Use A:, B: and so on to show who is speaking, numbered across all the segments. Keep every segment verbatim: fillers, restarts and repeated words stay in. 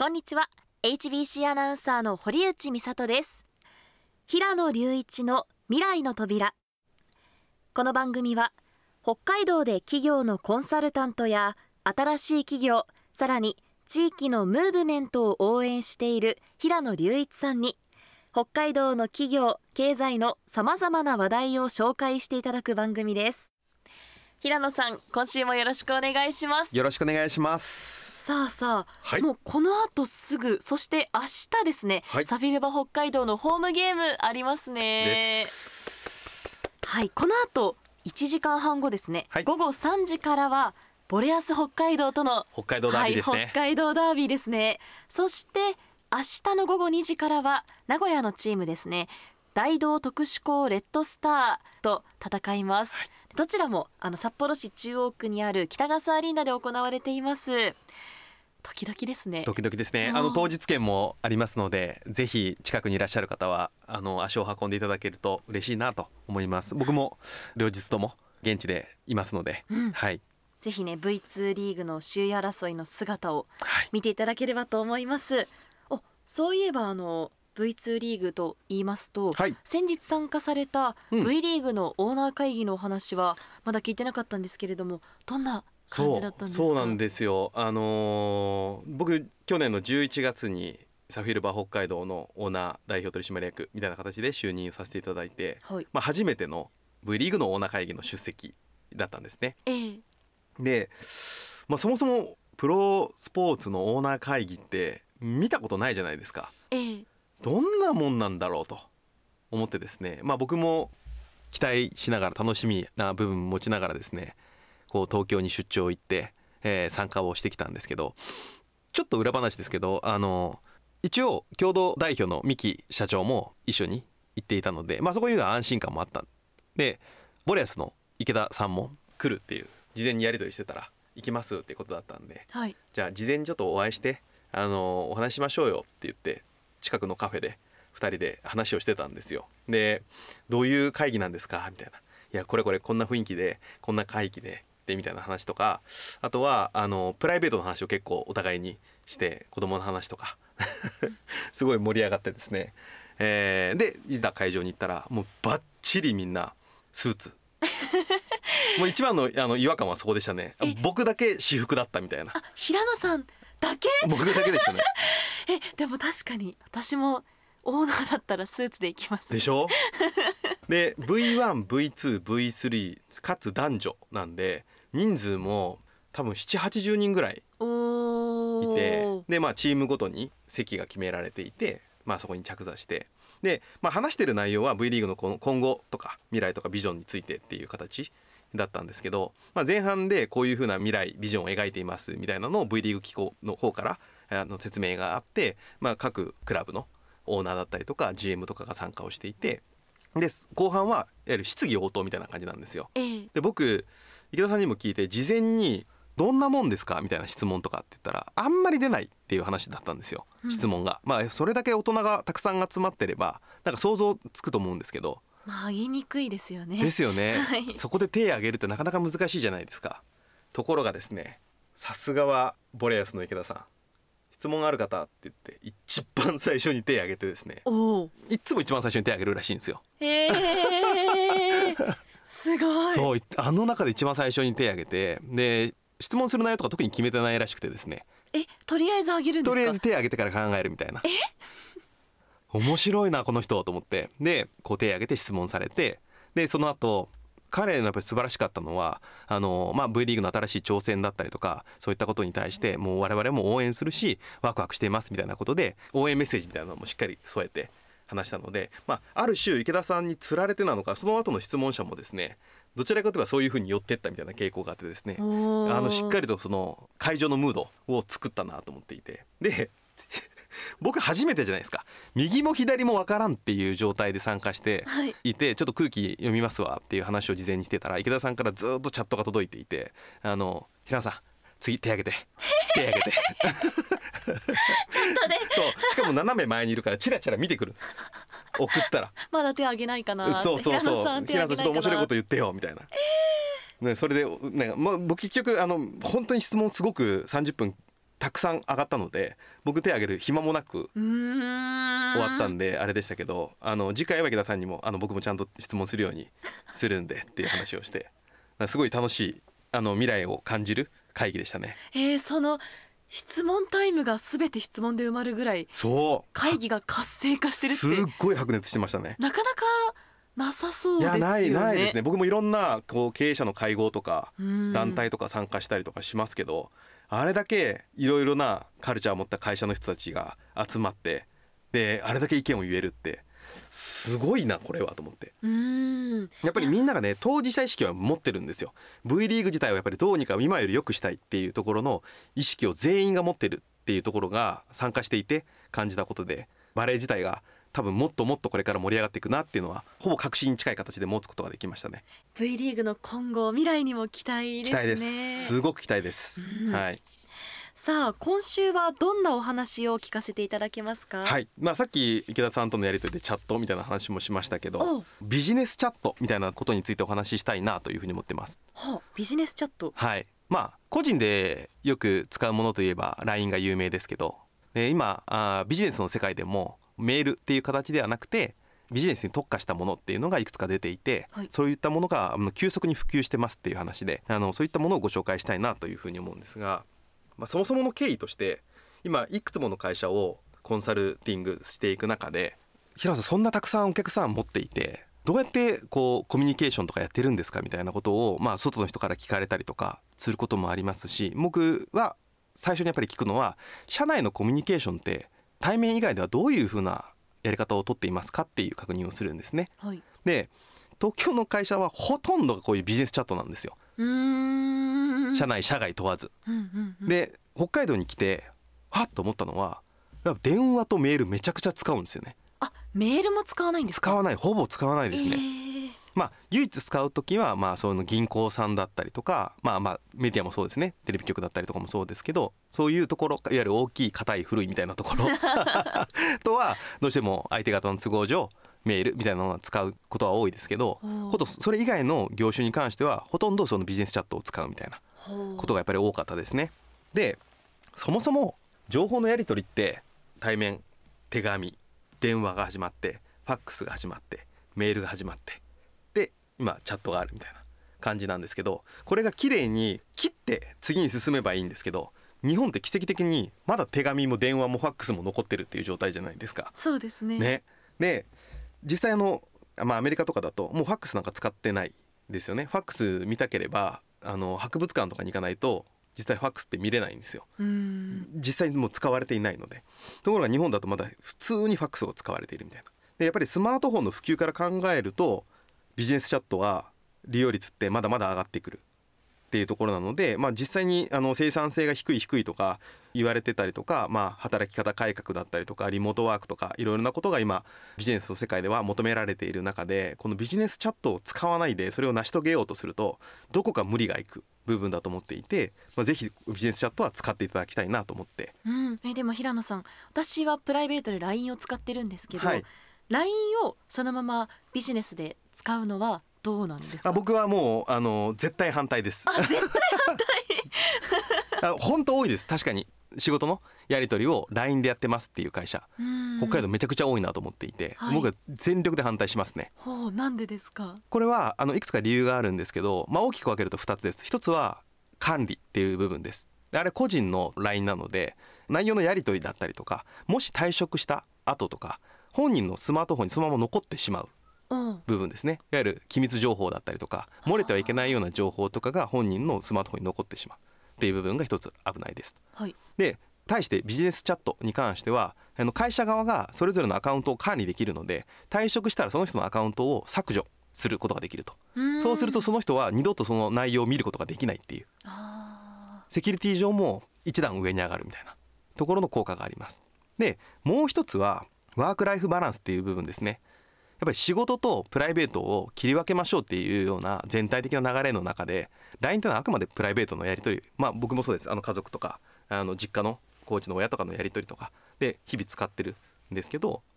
A: んにちは。 エイチビーシー アナウンサーの堀内美里です。平野隆一の未来の扉。この番組は北海道で企業のコンサルタントや新しい企業、さらに地域のムーブメントを応援している平野隆一さんに北海道の企業経済のさまざまな話題を紹介していただく番組です。平野さん、今週もよろしくお願いします。
B: よろしくお願いします。
A: さあさあ、
B: はい、
A: もうこの後すぐ、そして明日ですね、
B: はい、
A: サフィルバ北海道のホームゲームありますね。
B: です。
A: はい、この後いちじかんはんごですね、
B: はい、
A: 午後さんじからはボレアス北海道との
B: 北海道ダービーですね、
A: はい、北海道ダービーですね。そして明日の午後にじからは名古屋のチームですね、大道特殊港レッドスターと戦います。はい、どちらもあの札幌市中央区にある北ガスアリーナで行われています。ドキドキですね。
B: ドキドキですね。あの当日券もありますので、ぜひ近くにいらっしゃる方はあの足を運んでいただけると嬉しいなと思います。僕も両日とも現地でいますので、うん、はい、
A: ぜひね ブイツー リーグの首位争いの姿を見ていただければと思います。はい、お、そういえばあのブイツー リーグと言いますと、はい、先日参加された V リーグのオーナー会議のお話はまだ聞いてなかったんですけれども、どんな感じだったんですか？
B: そう、そうなんですよ。あのー、僕去年のじゅういちがつにサフィルバ北海道のオーナー代表取締役みたいな形で就任させていただいて、はい、まあ、初めての V リーグのオーナー会議の出席だったんですね。えー、で、まあ、そもそもプロスポーツのオーナー会議って見たことないじゃないですか。えーどんなもんなんだろうと思ってですね、まあ、僕も期待しながら楽しみな部分持ちながらですね、こう東京に出張行って、えー、参加をしてきたんですけど、ちょっと裏話ですけど、あの一応共同代表の三木社長も一緒に行っていたので、まあ、そこには安心感もあったで、ボレアスの池田さんも来るっていう事前にやり取りしてたら行きますってことだったんで、はい、じゃあ事前にちょっとお会いしてあのお話しましょうよって言って近くのカフェでふたりで話をしてたんですよ。で、どういう会議なんですかみたいな、いやこれこれこんな雰囲気でこんな会議ででみたいな話とか、あとはあのプライベートの話を結構お互いにして、子供の話とかすごい盛り上がってですね、えー、でいざ会場に行ったらもうバッチリみんなスーツもう一番のあの違和感はそこでしたね。僕だけ私服だったみたいな。
A: あ、平野さんだけ
B: 僕だけでしたね。
A: え、でも確かに私もオーナーだったらスーツで行きます、ね、
B: でしょで ブイワン、ブイツー、ブイスリー かつ男女なんで、人数も多分ななじゅう、はちじゅうにんぐらいいて、で、まあ、チームごとに席が決められていて、まあ、そこに着座してで、まあ、話してる内容は V リーグの今後とか未来とかビジョンについてっていう形だったんですけど、まあ、前半でこういう風な未来ビジョンを描いていますみたいなのを V リーグ機構の方からあの説明があって、まあ、各クラブのオーナーだったりとか ジーエム とかが参加をしていて、で後半はいわゆる質疑応答みたいな感じなんですよ。えー、で僕池田さんにも聞いて、事前にどんなもんですかみたいな質問とかって言ったらあんまり出ないっていう話だったんですよ、うん、質問が。まあそれだけ大人がたくさん集まってればなんか想像つくと思うんですけど、
A: まあ言いにくいですよね。
B: ですよね、
A: はい、
B: そこで手を挙げるってなかなか難しいじゃないですか。ところがですね、さすがはボレアスの池田さん、質問ある方って言って一番最初に手を挙げてですね、おいつも一番最初に手を挙げるらしいんですよ。へ
A: ーすごい。
B: そう、あの中で一番最初に手を挙げて、で質問する内容とか特に決めてないらしくてですね、
A: え、とりあえず挙げるんですか？
B: とりあえず手を挙げてから考えるみたいな。え面白いなこの人と思って、でこう手を挙げて質問されて、でその後彼のやっぱり素晴らしかったのはあの、まあ、V リーグの新しい挑戦だったりとかそういったことに対してもう我々も応援するしワクワクしていますみたいなことで応援メッセージみたいなのもしっかり添えて話したので、まあ、ある種池田さんにつられてなのか、その後の質問者もですねどちらかといえばそういう風に寄ってったみたいな傾向があってですね、あのしっかりとその会場のムードを作ったなと思っていて、で僕初めてじゃないですか、右も左も分からんっていう状態で参加していて、はい、ちょっと空気読みますわっていう話を事前にしてたら池田さんからずっとチャットが届いていて、あの平野さん次手挙げて手挙げて
A: ちょっとね
B: そうしかも斜め前にいるからチラチラ見てくるんですよ、送ったら
A: まだ手挙げないかな、
B: そうそうそう、
A: 平野さん手挙げないかな、
B: 平野さんちょっと面白いこと言ってよみたいな、えーね、それで、ね、まあ、僕結局あの本当に質問すごくさんじゅっぷんたくさん上がったので僕手挙げる暇もなく終わったんであれでしたけど、あの次回は池田さんにもあの僕もちゃんと質問するようにするんでっていう話をしてすごい楽しいあの未来を感じる会議でしたね。
A: えー、その質問タイムが全て質問で埋まるぐらい
B: そう
A: 会議が活性化してるって
B: すっごい白熱してましたね。
A: なかなかなさそうですよね。
B: いやないないですね。僕もいろんなこう経営者の会合とか団体とか参加したりとかしますけど、あれだけいろいろなカルチャーを持った会社の人たちが集まってであれだけ意見を言えるってすごいなこれはと思って。うーんやっぱりみんながね当事者意識は持ってるんですよ。 V リーグ自体はやっぱりどうにか今より良くしたいっていうところの意識を全員が持ってるっていうところが参加していて感じたことで、バレー自体が多分もっともっとこれから盛り上がっていくなっていうのはほぼ確信に近い形で持つことができましたね。
A: V リーグの今後未来にも期待ですね。
B: 期待です。すごく期待です、うん、はい。
A: さあ今週はどんなお話を聞かせていただけますか？
B: はい、まあ、さっき池田さんとのやり取りでチャットみたいな話もしましたけど、ビジネスチャットみたいなことについてお話ししたいなというふうに思ってます。
A: はあ、ビジネスチャット、
B: はい、まあ個人でよく使うものといえば ライン が有名ですけど、で今あビジネスの世界でもメールっていう形ではなくてビジネスに特化したものっていうのがいくつか出ていて、はい、そういったものが急速に普及してますっていう話で、あのそういったものをご紹介したいなというふうに思うんですが、まあ、そもそもの経緯として今いくつもの会社をコンサルティングしていく中で、平野さんそんなたくさんお客さん持っていてどうやってこうコミュニケーションとかやってるんですかみたいなことを、まあ、外の人から聞かれたりとかすることもありますし、僕は最初にやっぱり聞くのは社内のコミュニケーションって対面以外ではどういうふうなやり方をとっていますかっていう確認をするんですね、はい、で東京の会社はほとんどがこういうビジネスチャットなんですよ。うーん社内社外問わず、うんうんうん、で北海道に来てはっと思ったのは電話とメールめちゃくちゃ使うんですよね。
A: あ、メールも使わないんですか？
B: 使わない、ほぼ使わないですね、えー、まあ唯一使う時はまあその銀行さんだったりとか、まあまあメディアもそうですね、テレビ局だったりとかもそうですけど、そういうところいわゆる大きい硬い古いみたいなところとはどうしても相手方の都合上メールみたいなのを使うことは多いですけど、ことそれ以外の業種に関してはほとんどそのビジネスチャットを使うみたいなことがやっぱり多かったですね。でそもそも情報のやり取りって対面、手紙、電話が始まってファックスが始まってメールが始まってで今チャットがあるみたいな感じなんですけど、これが綺麗に切って次に進めばいいんですけど、日本って奇跡的にまだ手紙も電話もファックスも残ってるっていう状態じゃないですか。
A: そうですね。
B: ねで実際の、まあ、アメリカとかだともうファックスなんか使ってないですよね。ファックス見たければあの博物館とかに行かないと実際ファックスって見れないんですよ。うーん実際にもう使われていないので。ところが日本だとまだ普通にファックスを使われているみたいな。でやっぱりスマートフォンの普及から考えるとビジネスチャットは利用率ってまだまだ上がってくるっていうところなので、まあ、実際にあの生産性が低い低いとか言われてたりとか、まあ、働き方改革だったりとかリモートワークとかいろいろなことが今ビジネスの世界では求められている中で、このビジネスチャットを使わないでそれを成し遂げようとするとどこか無理がいく部分だと思っていて、まあ、ぜひビジネスチャットは使っていただきたいなと思って、
A: うん、えでも平野さん、私はプライベートで ライン を使ってるんですけど、はい、ライン をそのままビジネスで使うのはどうなんですか？
B: あ僕はもうあの絶対反対です。
A: あ絶対反
B: 対あ本当多いです。確かに仕事のやり取りを ライン でやってますっていう会社北海道めちゃくちゃ多いなと思っていて、はい、僕は全力で反対しますね。
A: ほう、なんでですか？
B: これはあのいくつか理由があるんですけど、まあ、大きく分けるとふたつです。ひとつは管理っていう部分です。あれ個人の ライン なので内容のやり取りだったりとか、もし退職した後とか本人のスマートフォンにそのまま残ってしまう部分ですね。いわゆる機密情報だったりとか漏れてはいけないような情報とかが本人のスマートフォンに残ってしまうっていう部分が一つ危ないです、はい、で対してビジネスチャットに関してはあの会社側がそれぞれのアカウントを管理できるので、退職したらその人のアカウントを削除することができると。そうするとその人は二度とその内容を見ることができないっていう、あセキュリティ上も一段上に上がるみたいなところの効果があります。でもう一つはワークライフバランスっていう部分ですね。やっぱり仕事とプライベートを切り分けましょうっていうような全体的な流れの中で ライン ってのはあくまでプライベートのやり取り、まあ僕もそうです。あの家族とかあの実家のコーチの親とかのやり取りとかで日々使ってるんですけど、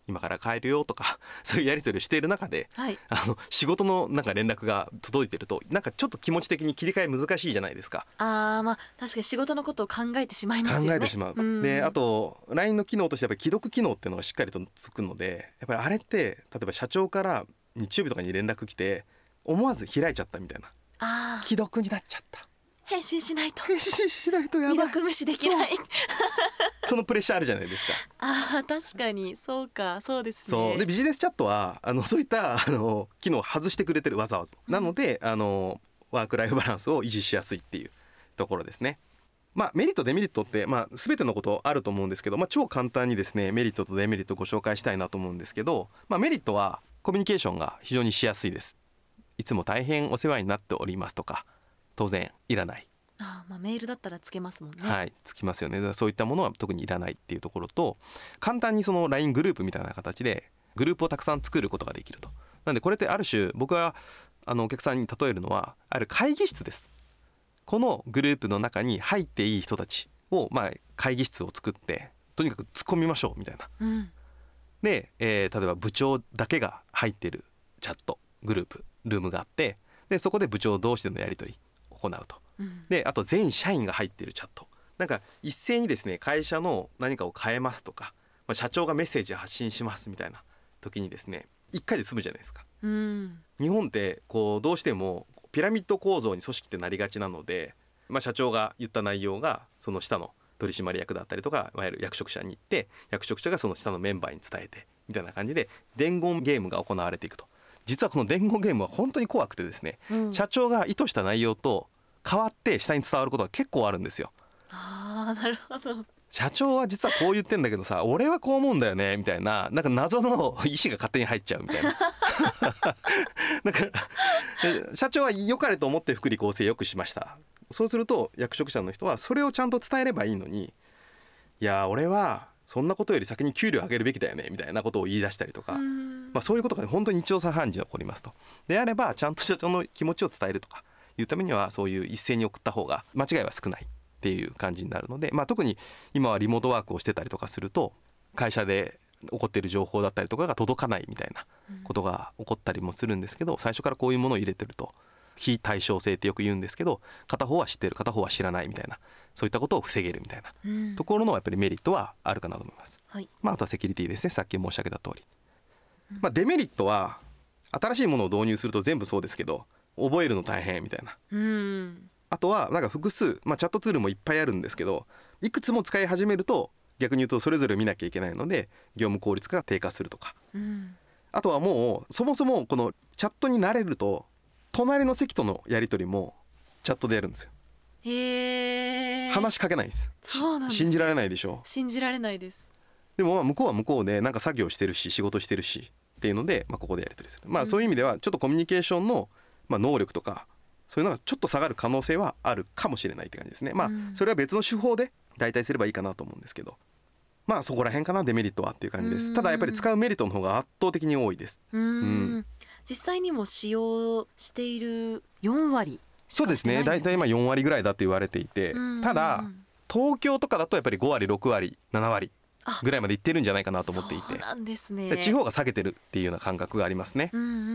B: 今から帰るよとかそういうやり取りをしている中で、はい、あの仕事のなんか連絡が届いてるとなんかちょっと気持ち的に切り替え難しいじゃないですか。
A: あー、まあ確かに仕事のことを考えてしまいますよね。
B: 考えてしまう、うん、であと ライン の機能としてやっぱり既読機能っていうのがしっかりとつくので、やっぱりあれって例えば社長から日曜日とかに連絡来て思わず開いちゃったみたいな、あ既読になっちゃった、
A: 返信しないと
B: 返信しないとやばい、
A: 未読無視できない
B: そ, そのプレッシャーあるじゃないですか。
A: あ確かにそうか、そうですね。
B: そうでビジネスチャットはあのそういったあの機能を外してくれてるわざわざ、うん、なのであのワークライフバランスを維持しやすいっていうところですね。まあ、メリットデメリットって、まあ、全てのことあると思うんですけど、まあ、超簡単にですねメリットとデメリットをご紹介したいなと思うんですけど、まあ、メリットはコミュニケーションが非常にしやすいです。いつも大変お世話になっておりますとか当然いらない。
A: あまあ、メールだったらつけますもんね。
B: はいつきますよね。だからそういったものは特にいらないっていうところと、簡単にその ライン グループみたいな形でグループをたくさん作ることができると。なんでこれってある種僕はあのお客さんに例えるのはある会議室です。このグループの中に入っていい人たちを、まあ、会議室を作ってとにかく突っ込みましょうみたいな、うん、で、えー、例えば部長だけが入っているチャットグループルームがあって、でそこで部長同士でのやり取りを行うと、うん、であと全社員が入っているチャット、なんか一斉にですね会社の何かを変えますとか、まあ、社長がメッセージ発信しますみたいな時にですね一回で済むじゃないですか、うん、日本ってこうどうしてもピラミッド構造に組織ってなりがちなので、まあ、社長が言った内容がその下の取締役だったりとかいわゆる役職者に行って役職者がその下のメンバーに伝えてみたいな感じで伝言ゲームが行われていくと。実はこの伝言ゲームは本当に怖くてですね、うん、社長が意図した内容と変わって下に伝わることが結構あるんですよ。
A: あーなるほど。社
B: 長は実はこう言ってんだけどさ俺はこう思うんだよねみたいな、なんか謎の意思が勝手に入っちゃうみたいななんか社長は良かれと思って福利厚生良くしました。そうすると役職者の人はそれをちゃんと伝えればいいのに、いや俺はそんなことより先に給料上げるべきだよねみたいなことを言い出したりとか、まあ、そういうことが本当に日常茶飯事で起こりますと。であればちゃんと社長の気持ちを伝えるとかいうためにはそういう一斉に送った方が間違いは少ないっていう感じになるので、まあ、特に今はリモートワークをしてたりとかすると会社で起こっている情報だったりとかが届かないみたいなことが起こったりもするんですけど、最初からこういうものを入れてると非対称性ってよく言うんですけど、片方は知ってる片方は知らないみたいな、そういったことを防げるみたいな、うん、ところのやっぱりメリットはあるかなと思います、はいまあ、あとはセキュリティですね。さっき申し上げた通り、まあ、デメリットは新しいものを導入すると全部そうですけど覚えるの大変みたいな、うんあとはなんか複数、まあ、チャットツールもいっぱいあるんですけどいくつも使い始めると逆に言うとそれぞれ見なきゃいけないので業務効率化が低下するとか、うん、あとはもうそもそもこのチャットに慣れると隣の席とのやり取りもチャットでやるんですよ。へー、話しかけないんです。そうなんです。信じられないでしょ。
A: 信じられないです。
B: でもまあ向こうは向こうでなんか作業してるし仕事してるしっていうので、まあ、ここでやり取りする、まあ、そういう意味ではちょっとコミュニケーションのまあ能力とかそういうのがちょっと下がる可能性はあるかもしれないって感じですね。まあそれは別の手法で代替すればいいかなと思うんですけど、まあそこら辺かなデメリットはっていう感じです。ただやっぱり使うメリットの方が圧倒的に多いです。うん、うん、
A: 実際にも使用しているよんわりし
B: かしてないんですね。そうですね、だいたい今よんわりぐらいだって言われていて、ただ東京とかだとやっぱりごわりろくわりななわりぐらいまでいってるんじゃないかなと思っていて、
A: そうなんですね。
B: 地方が下げてるっていうような感覚がありますね。うんうんうんうん、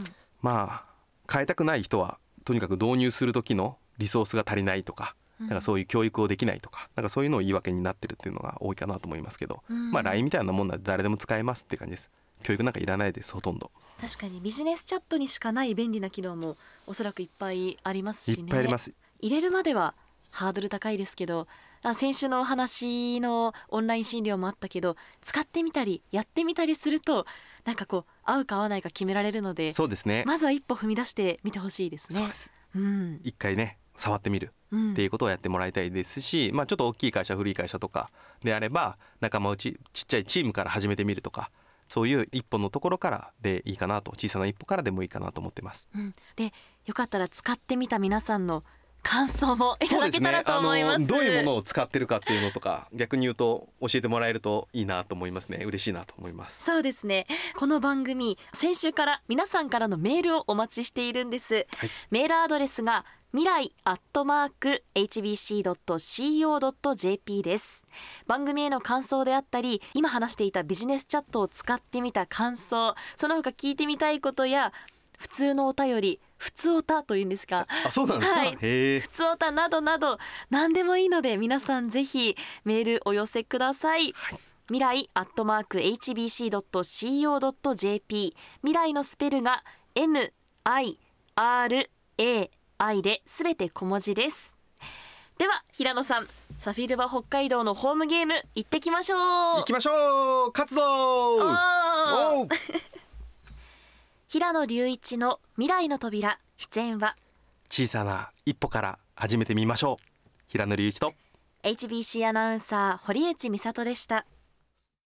B: まあ変えたくない人はとにかく導入する時のリソースが足りないとか、なんかそういう教育をできないとか、なんかそういうのを言い訳になってるっていうのが多いかなと思いますけど、うん、まあ ライン みたいなもんなんで誰でも使えますって感じです。教育なんかいらないです。ほとんど。
A: 確かにビジネスチャットにしかない便利な機能もおそらくいっぱいありますしね。
B: いっぱいあります。
A: 入れるまではハードル高いですけど、先週のお話のオンライン診療もあったけど使ってみたりやってみたりするとなんかこう合うか合わないか決められるので、
B: そうですね、
A: まずは一歩踏み出してみてほしいですね。
B: そうです、うん、一回ね触ってみるっていうことをやってもらいたいですし、うん、まあ、ちょっと大きい会社古い会社とかであれば仲間内ちっちゃいチームから始めてみるとか、そういう一歩のところからでいいかなと、小さな一歩からでもいいかなと思ってます、
A: うん、でよかったら使ってみた皆さんの感想もいただけたらと思います。
B: そうですね、あのどういうものを使ってるかっていうのとか逆に言うと教えてもらえるといいなと思いますね。嬉しいなと思います。
A: そうですね、この番組先週から皆さんからのメールをお待ちしているんです、はい、メールアドレスが未来アットマーク エイチビーシードットシーオードットジェーピー です。番組への感想であったり、今話していたビジネスチャットを使ってみた感想、その他聞いてみたいことや普通のお便り、普通おたというんですか、
B: あ、そうなんですか、
A: はい、
B: へー、
A: 普通おたなどなど何でもいいので、皆さんぜひメールお寄せください、はい、未来アットマーク エイチビーシードットシーオードットジェーピー、 未来のスペルが エムアイアールエーアイ で全て小文字です。では平野さん、サフィルバ北海道のホームゲーム行ってきましょう。
B: 行きましょう、活動お
A: 平野隆一の未来の扉、出演は
B: 小さな一歩から始めてみましょう、平野隆一と
A: エイチビーシー アナウンサー堀内美里でした。